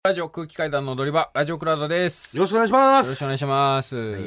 ラジオ空気階段の踊り場、ラジオクラウドです。 よろしくお願いします。 よろしくお願いします。はい、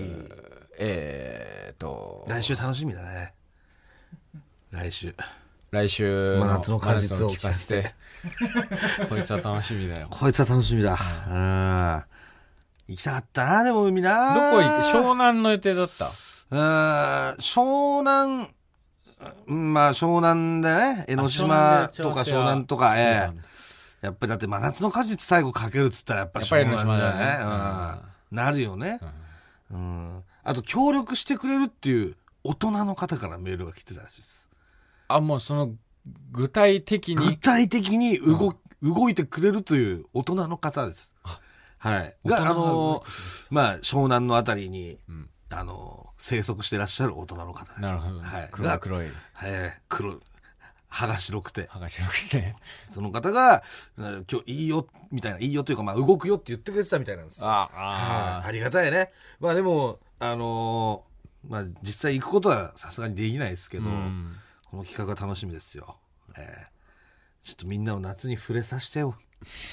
来週楽しみだね。来週の夏の果実を聞かせてこいつは楽しみだよ。 こいつは楽しみだ。行きたかったな。でも海な。 どこ行く？湘南の予定だった。 湘南、まあ湘南でね、江ノ島とか湘南とか、やっぱりだって真夏の果実最後かけるっつったらやっぱ湘南じゃない、なるよね、あと協力してくれるっていう大人の方からメールが来てたらしいです。 もうその具体的に動いてくれるという大人の方です。はい。がまあ湘南のあたりに、生息してらっしゃる大人の方です。 なるほど。はい。黒い。 歯が白くて。その方が、今日いいよ、みたいな、いいよというか、まあ、動くよって言ってくれてたみたいなんですよ。ありがたいね。まあでも、まあ、実際行くことはさすがにできないですけど、この企画が楽しみですよ。ちょっとみんなを夏に触れさせてよ。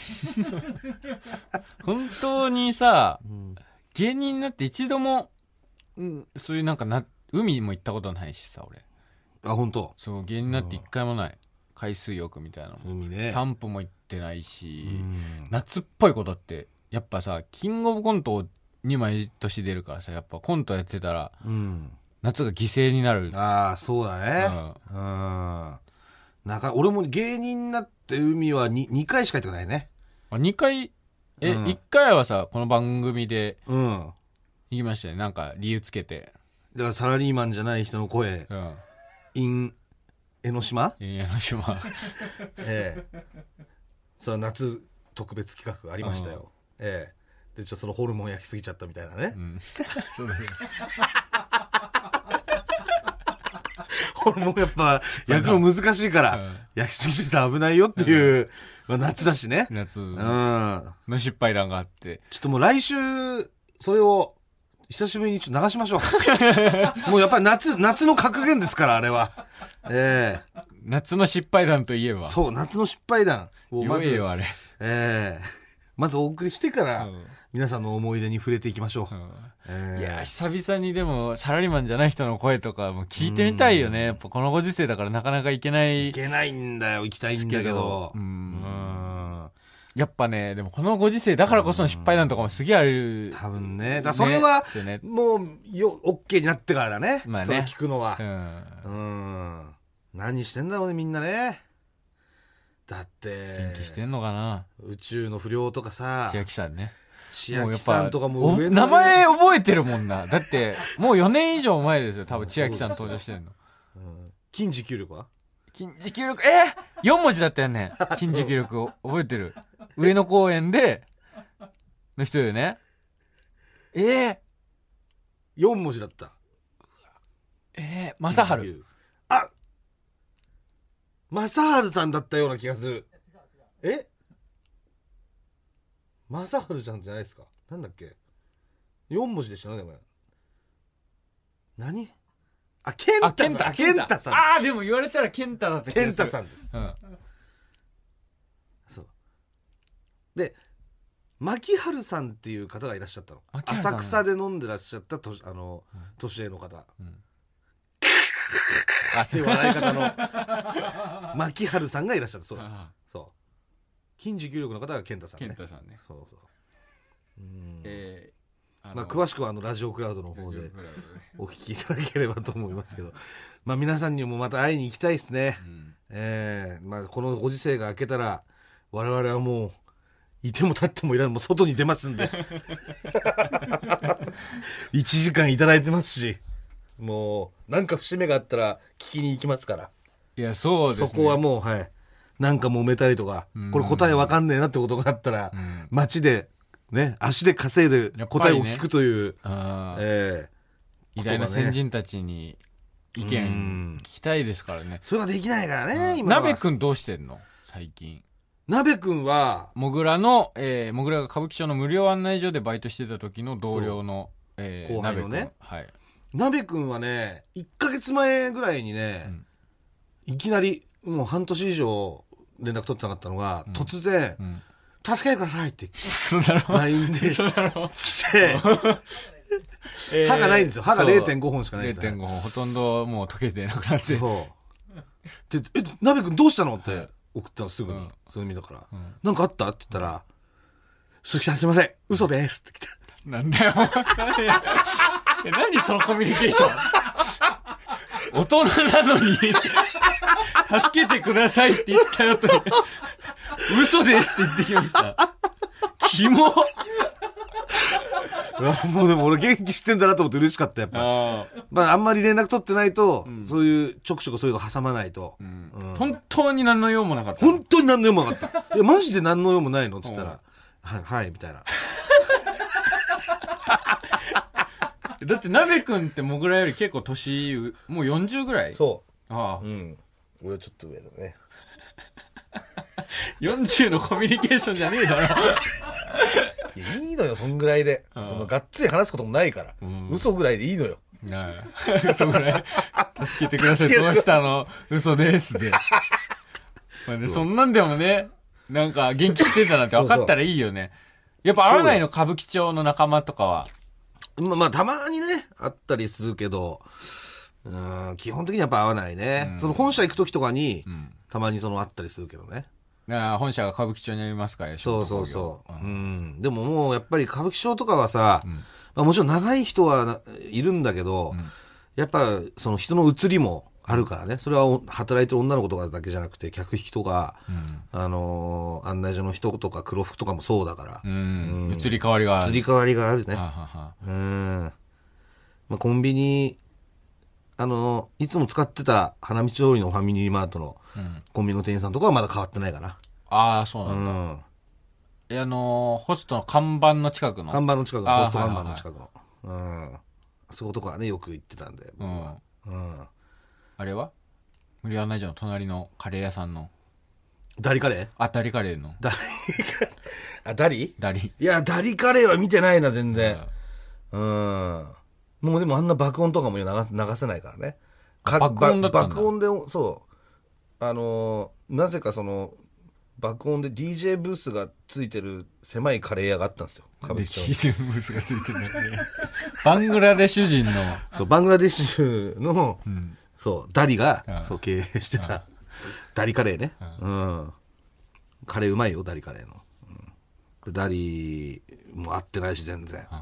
本当にさ、芸人になって一度も、そういうなんか海も行ったことないしさ、俺。 本当。 そう、芸人になって一回もない。海水浴みたいなの。 海ね。 キャンプも行ってないし、夏っぽいことって、やっぱさ、キングオブコントに毎年出るからさ、やっぱコントやってたら、夏が犠牲になる。 そうだね。俺も芸人になって海は 2回しか行ってないね。 2回1回はさ、この番組で、行きましたね。なんか理由つけて。 だからサラリーマンじゃない人の声。in 江ノ島それは夏特別企画がありましたよ。でちょっとそのホルモン焼きすぎちゃったみたいなね。そうだね。ホルモンやっぱ焼くの難しいから焼きすぎてたら危ないよっていう、夏だしね。 夏の失敗談があって、 ちょっともう来週それを久しぶりにちょっと流しましょう。もうやっぱり夏の格言ですから、あれは。 夏の失敗談といえば。 そう、夏の失敗談をまず。言えよ、あれ。 まずお送りしてから、皆さんの思い出に触れていきましょう。いや、久々にでも、サラリーマンじゃない人の声とかも聞いてみたいよね。やっぱこのご時世だからなかなか行けない。 行けないんだよ、行きたいんだけど。 やっぱね、でもこのご時世だからこその失敗談とかもすげえある。 多分ね。それは、もう、OK になってからだね。まあね。それ聞くのは。何してんだろうね、みんなね。だって。 元気してんのかな。 宇宙の不良とかさ。 千秋さんね。 千秋さんとかも上の名前覚えてるもんな。だって、もう4年以上前ですよ。多分千秋さん登場してんの。 筋持久力は筋持久力、4文字だったよね。筋持久力を覚えてる。上野公園で、の人よね。4 文字だった。 正治。 正治さんだったような気がする。正治さんじゃないですか。なんだっけ ?4 文字でしたね、でも。何健太さん。 でも言われたら健太だった気がする。 健太さんです。そう。で、牧春さんっていう方がいらっしゃったの。浅草で飲んでらっしゃった年上の方。っていう笑い方の牧春さんがいらっしゃった。そう。筋持久力の方が健太さんね。そう。詳しくはラジオクラウドの方でお聞きいただければと思いますけど、皆さんにもまた会いに行きたいですね。このご時世が明けたら我々はもういても立ってもいられもう外に出ますんで1時間いただいてますし、もうなんか節目があったら聞きに行きますから。 いや、そうですね。 そこはもうなんか揉めたりとか、これ答えわかんねえなってことがあったら、街でね、足で稼いで答えを聞くという、 偉大な先人たちに意見聞きたいですからね。 それはできないからね、今は。 鍋くんどうしてんの最近。 鍋くんは、 もぐらが歌舞伎町の無料案内所でバイトしてた時の同僚の、 後輩のね。 はい。 鍋くんはね、1ヶ月前ぐらいにね、いきなり、もう半年以上連絡取ってなかったのが、突然、 助けてくださいってそうだろ LINE でそうだろ来て歯がないんですよ。歯が 0.5 本しかないんですよ。 0.5 本ほとんどもう溶けてなくなってでなべくんどうしたのって送ったのすぐに、それ見たから、なんかあったって言ったら、鈴木さんすいません嘘ですって来た。 なんだよ何そのコミュニケーション大人なのに助けてくださいって言った後に嘘ですって言ってきました。キモもうでも俺元気してんだなと思って嬉しかったやっぱ。まああんまり連絡取ってないと、そういうちょくちょくそういうの挟まないと、 本当に何の用もなかった。 本当に何の用もなかった。いやマジで何の用もないのっつったら、はいみたいな。 だって鍋くんってもぐらより結構年もう40ぐらい。 そうああ、 俺はちょっと上だね。 40のコミュニケーションじゃねえだろいやいいのよそんぐらいで、そのがっつり話すこともないから、嘘ぐらいでいいのよ。 嘘ぐらい助けてくださいどうしたの嘘ですで、まあね、そんなんでもねなんか元気してたなんて分かったらいいよね。やっぱ会わないの歌舞伎町の仲間とかは。 まあたまにねあったりするけど、基本的にやっぱ会わないね、その本社行く時とかに、たまにその会ったりするけどね。 本社が歌舞伎町にありますから。 そう、でももうやっぱり歌舞伎町とかはさ、まあ、もちろん長い人はいるんだけど、やっぱその人の移りもあるからね。それは働いてる女の子とかだけじゃなくて客引きとか、案内所の人とか黒服とかもそうだから、 移り変わりがある。 移り変わりがあるね。まあ、コンビニいつも使ってた花道通りのファミリーマートのコンビニの店員さんとかはまだ変わってないかな。 ああそうなんだ。ホストの看板の近くのホスト看板の近くの、そことかはねよく行ってたんで僕は、 あれは無理案内所の隣のカレー屋さんのダリカレー、 ダリカレーのダリいやダリカレーは見てないな全然。もうでもあんな爆音とかも流せないからね。 爆音だったんだ。 爆音でそうなぜかその爆音で DJ ブースがついてる狭いカレー屋があったんですよ。 で DJ ブースがついてるねバングラデシュ人のそうバングラデシュの、そうダリがそう経営してたダリカレーね、カレーうまいよダリカレーの、ダリも合ってないし全然、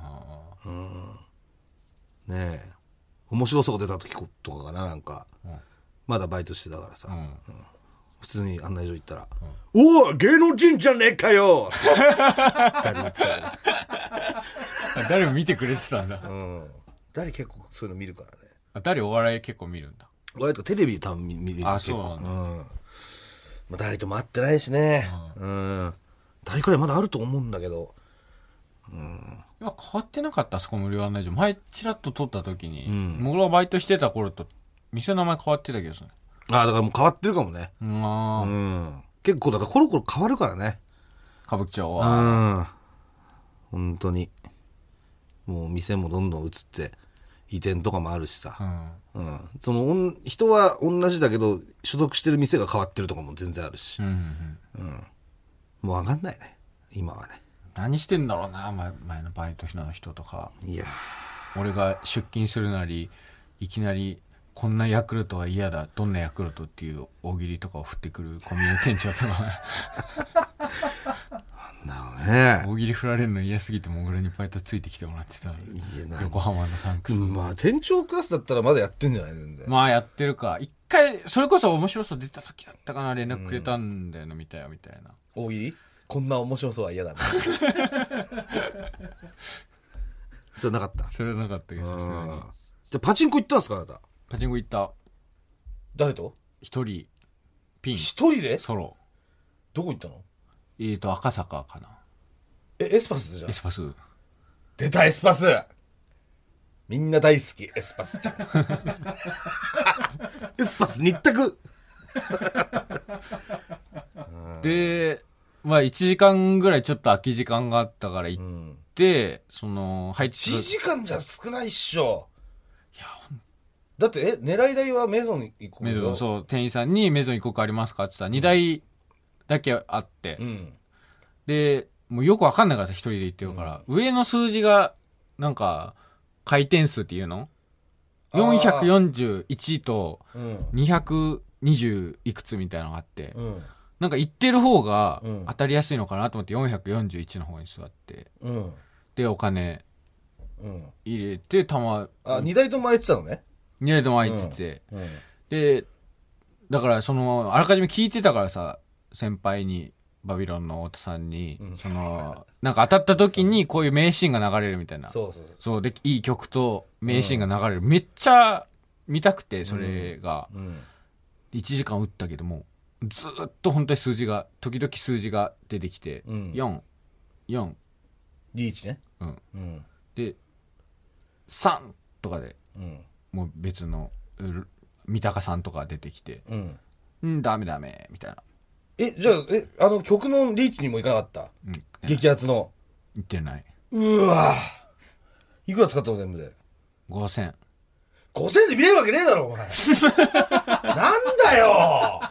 ねえ面白そう出た時とかかな、なんか、まだバイトしてたからさ、普通に案内所行ったら「おお芸能人じゃねえかよ!」誰言ってた誰も見てくれてたんだ。 誰結構そういうの見るからね。 誰お笑い結構見るんだ。 お笑いとかテレビ多分見る。 あ、そうなんだ。 まあ、誰とも会ってないしね。誰くらいまだあると思うんだけど。 今変わってなかった、そこ無料案内所。前チラッと撮った時に、僕がバイトしてた頃と店の名前変わってたけどさ。 だからもう変わってるかもね。結構だからコロコロ変わるからね歌舞伎町は。 本当にもう店もどんどん移って移転とかもあるしさ、その人は同じだけど所属してる店が変わってるとかも全然あるし、もう分かんないね今はね。 何してんだろうな、前のバイトの人とか。 いや俺が出勤するなりいきなりこんなヤクルトは嫌だ、どんなヤクルトっていう大喜利とかを振ってくるコンビニの店長とかなるね。 大喜利振られるの嫌すぎてもぐらにバイトついてきてもらってた。横浜のサンクス。 まあ店長クラスだったらまだやってんじゃない全然。 まあやってるか。一回それこそ面白そう出た時だったかな、連絡くれたんだよな、みたいな大喜利こんな面白そうは嫌だなそれなかった。 それはなかったけどさすがに。 じゃあパチンコ行ったんですかあなた。 パチンコ行った。 誰と？ 一人ピン。 一人で？ ソロ。 どこ行ったの？ 赤坂かな。 エスパスじゃん。 エスパス。 出たエスパス。みんな大好きエスパスちゃんエスパス日卓でまあ1時間ぐらいちょっと空き時間があったから行って、その入って 1時間じゃ少ないっしょ。いやだって狙い台はメゾン行こう。 メゾン、そう店員さんにメゾン行こうかありますかって言ったら2台だけあって、 で、もうよくわかんないからさ、一人で行ってるから、上の数字が、なんか、回転数っていうの ?441 と、220いくつみたいなのがあって、なんか行ってる方が当たりやすいのかなと思って441の方に座って、で、お金入れて、 2台とも空いてたのね。 2台とも空いてて、で、だからあらかじめ聞いてたからさ、先輩に、バビロンの太田さんに、なんか当たった時にこういう名シーンが流れるみたいな。そうで、いい曲と名シーンが流れる。めっちゃ見たくて、それが。1時間打ったけども、ずっと本当に時々数字が出てきて、4、4。 リーチね。 で、3とかで、もう別の、三鷹さんとか出てきて、ダメダメ、みたいな。 じゃあ、曲のリーチにも行かなかった、激アツの。 行ってない。 うわいくら使ったの全部で。 5000。 5000で見れるわけねえだろ、お前。なんだよ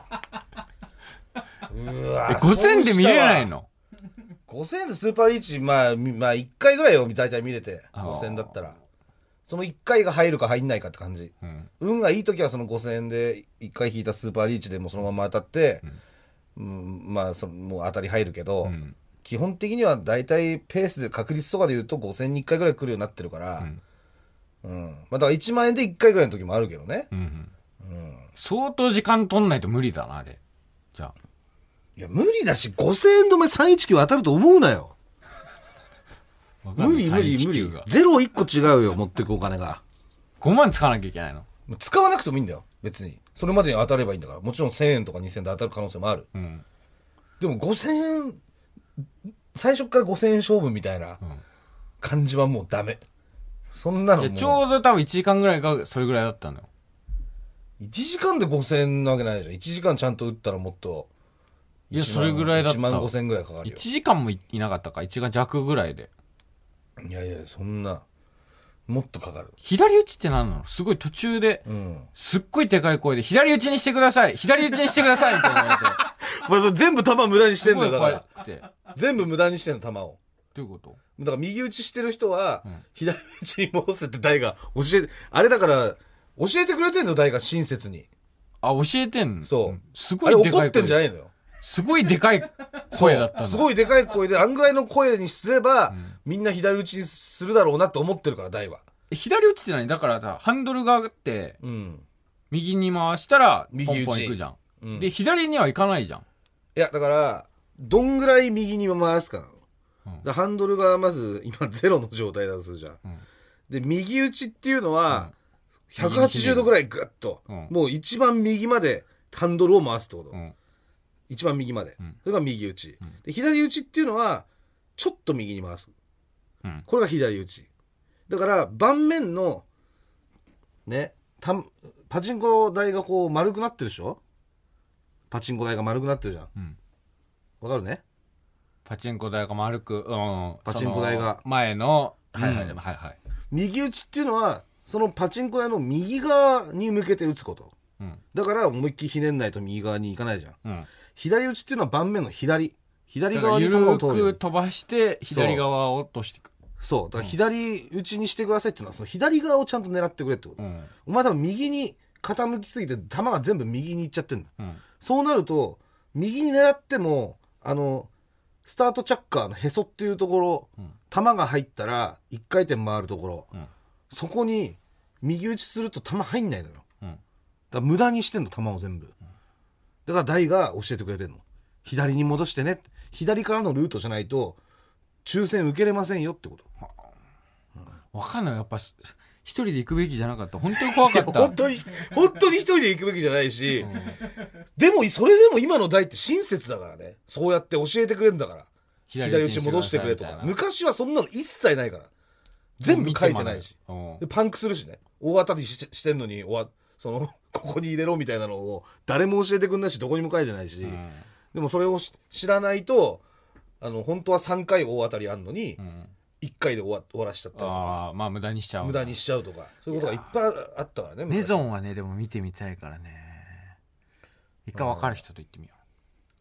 うわ 5000で見れないの ?5000 でスーパーリーチ、まあ1回ぐらいよ、大体見れて。5000だったら。その1回が入るか入んないかって感じ。運がいい時はその5000円で1回引いたスーパーリーチでもそのまま当たって、まあもう当たり入るけど、基本的には大体ペースで確率とかで言うと5000に1回ぐらい来るようになってるから、まあだから1万円で1回ぐらいの時もあるけどね。 相当時間取んないと無理だな、あれ。じゃあ。 いや、無理だし、5000円でお前319当たると思うなよ。無理。0、1個違うよ、持ってくお金が。 5万使わなきゃいけないの。 使わなくてもいいんだよ、別に。それまでに当たればいいんだから。もちろん1000円とか2000円で当たる可能性もある。でも5000円、最初から5000円勝負みたいな感じはもうダメ。そんなのもう。 ちょうど多分1時間ぐらいがそれぐらいだったのよ。 1時間で5000円なわけないじゃん。1時間ちゃんと打ったらもっと。 いや、それぐらいだった。 1万5000円ぐらいかかるよ。 1時間もいなかったか、1時間弱ぐらいで。 いや、そんな、もっとかかる。 左打ちって何なの？すごい途中で、すっごいでかい声で、左打ちにしてください左打ちにしてくださいみたいな言われて。 まあ、全部球無駄にしてんだよ、だから。 怖くて。 全部無駄にしてんの、球を。 どういうこと？ だから右打ちしてる人は、左打ちに戻せって大があれだから、教えてくれてんの、大が親切に。 あ、教えてんの？ そう。 すごいでかい声。 怒ってんじゃないのよ。 すごいでかい声だったの。 すごいでかい声で、あんぐらいの声にすれば、みんな左打ちにするだろうなって思ってるから、大は。 左打ちって何？だからさ、ハンドルがあって、右に回したら、ポンポン行くじゃん。で、左には行かないじゃん。 いや、だから、どんぐらい右に回すかなの。ハンドルがまず、今ゼロの状態だとするじゃん。で、右打ちっていうのは、180度ぐらいグッと、もう一番右までハンドルを回すってこと。一番右まで。それが右打ち。で、左打ちっていうのは、ちょっと右に回す。これが左打ち。だから、盤面の、ね、パチンコ台がこう丸くなってるでしょ？パチンコ台が丸くなってるじゃん。わかるね？ パチンコ台が丸く、 パチンコ台が。 前の、 右打ちっていうのは、そのパチンコ台の右側に向けて打つこと。だから、思いっきりひねんないと右側に行かないじゃん。左打ちっていうのは盤面の左側に球を通る。 ゆるく飛ばして、左側を落としていく。 そう。だから左打ちにしてくださいっていうのは、その左側をちゃんと狙ってくれってこと。お前多分右に傾きすぎて、球が全部右に行っちゃってんの。そうなると、右に狙っても、スタートチャッカーのへそっていうところ、球が入ったら、一回転回るところ、そこに右打ちすると球入んないのよ。だから無駄にしてんの、球を全部。だから大が教えてくれてんの。左に戻してね。左からのルートじゃないと、抽選受けれませんよってこと。 わかんない。やっぱ、一人で行くべきじゃなかった。本当に怖かった。 本当に一人で行くべきじゃないし、でも、それでも今の大って親切だからね。そうやって教えてくれるんだから。左打ち戻してくれとか。昔はそんなの一切ないから。全部書いてないし。でパンクするしね。大当たりしてんのに、ここに入れろみたいなのを誰も教えてくんないし、どこにも書いてないし。でもそれを知らないと、本当は3回大当たりあんのに、1回で終わらしちゃったとか。 まあ無駄にしちゃう。 無駄にしちゃうとか。そういうことがいっぱいあったからね。 メゾンはね、でも見てみたいからね。一回分かる人と言ってみよ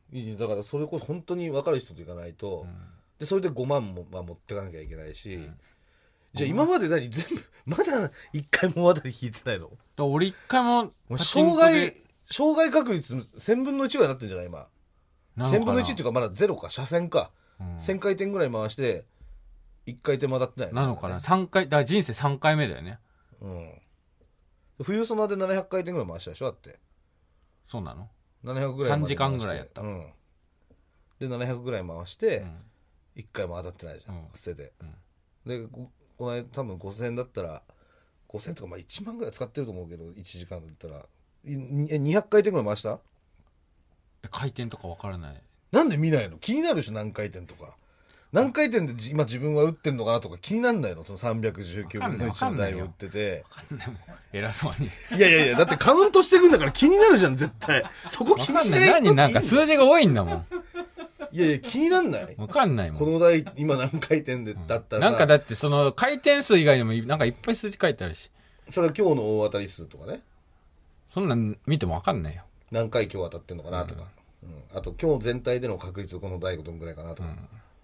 だからそれこそ本当に分かる人と行かないと、でそれで5万も、持ってかなきゃいけないし、じゃあ今まで全部まだ1回も渡り引いてないの？ 俺1回も障害確率1000分の1ぐらいになってんじゃない今。1000分の1っていうかまだゼロか、車線か、1000回転ぐらい回して1回転も当たってない、 なのかな。3回だから人生3回目だよね。 冬ソナで700回転ぐらい回したでしょ。だってそうなの ？700ぐらい 3時間ぐらいやった、 で700ぐらい回して、1回も当たってないじゃん、捨てて、でこの間多分5000円だったら5000とか1万ぐらい使ってると思うけど、1時間だったら200回転ぐらい回した？ 回転とか分からない。 なんで見ないの？気になるでしょ。何回転とか何回転で今自分は打ってんのかなとか気になんないの？その319分の1の台を打ってて、 偉そうに。 いやだってカウントしてくんだから気になるじゃん絶対。そこ気にしない人何なんか数字が多いんだもん。 いや気になんない？ 分かんないもん。 この台今何回転でだったら、 なんかだってその回転数以外にもなんかいっぱい数字書いてあるし。 それは今日の大当たり数とかね。 そんなん見ても分かんないよ。 何回今日当たってんのかなとか、あと今日全体での確率この台がどんぐらいかなとか、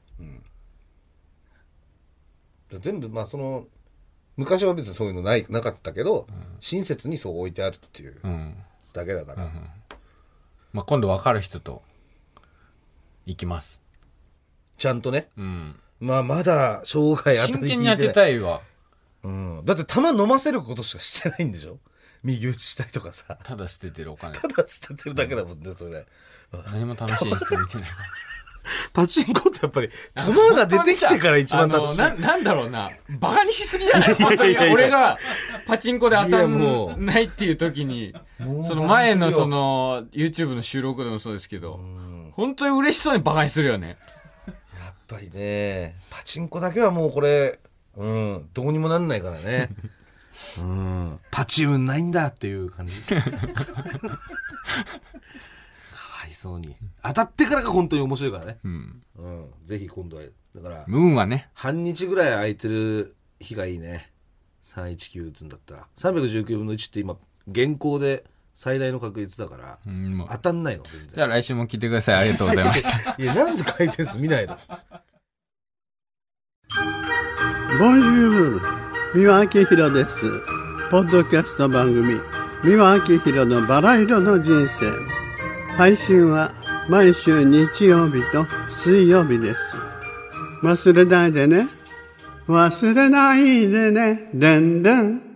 全部その昔は別にそういうのなかったけど、親切にそう置いてあるっていうだけだから、 今度分かる人と行きます。 ちゃんとね、まだ生涯当たり引いてない。 真剣に当てたいわ。 だって球飲ませることしかしてないんでしょ。右打ちしたりとかさ。 ただ捨ててるお金。 ただ捨ててるだけだもんね、それ。 何も楽しい演出見てない。 パチンコってやっぱり球が出てきてから一番楽しい。 なんだろうな、バカにしすぎじゃない？本当に俺がパチンコで当たんないっていう時に、その前のその YouTube の収録でもそうですけど、本当に嬉しそうにバカにするよね。 やっぱりね、パチンコだけはもうこれ、どうにもなんないからね。パチ運ないんだっていう感じ。かわいそうに。当たってからが本当に面白いからね。ぜひ今度はだから運はね、 半日ぐらい空いてる日がいいね。319打つんだったら319分の1って今現行で最大の確率だから、当たんないの全然。 じゃあ来週も聞いてください。ありがとうございました。 いやなんで回転数見ないの？ ボンジュール、三輪明宏です。ポッドキャスト番組三輪明宏のバラ色の人生、配信は毎週日曜日と水曜日です。忘れないでね、忘れないでね、でんでん。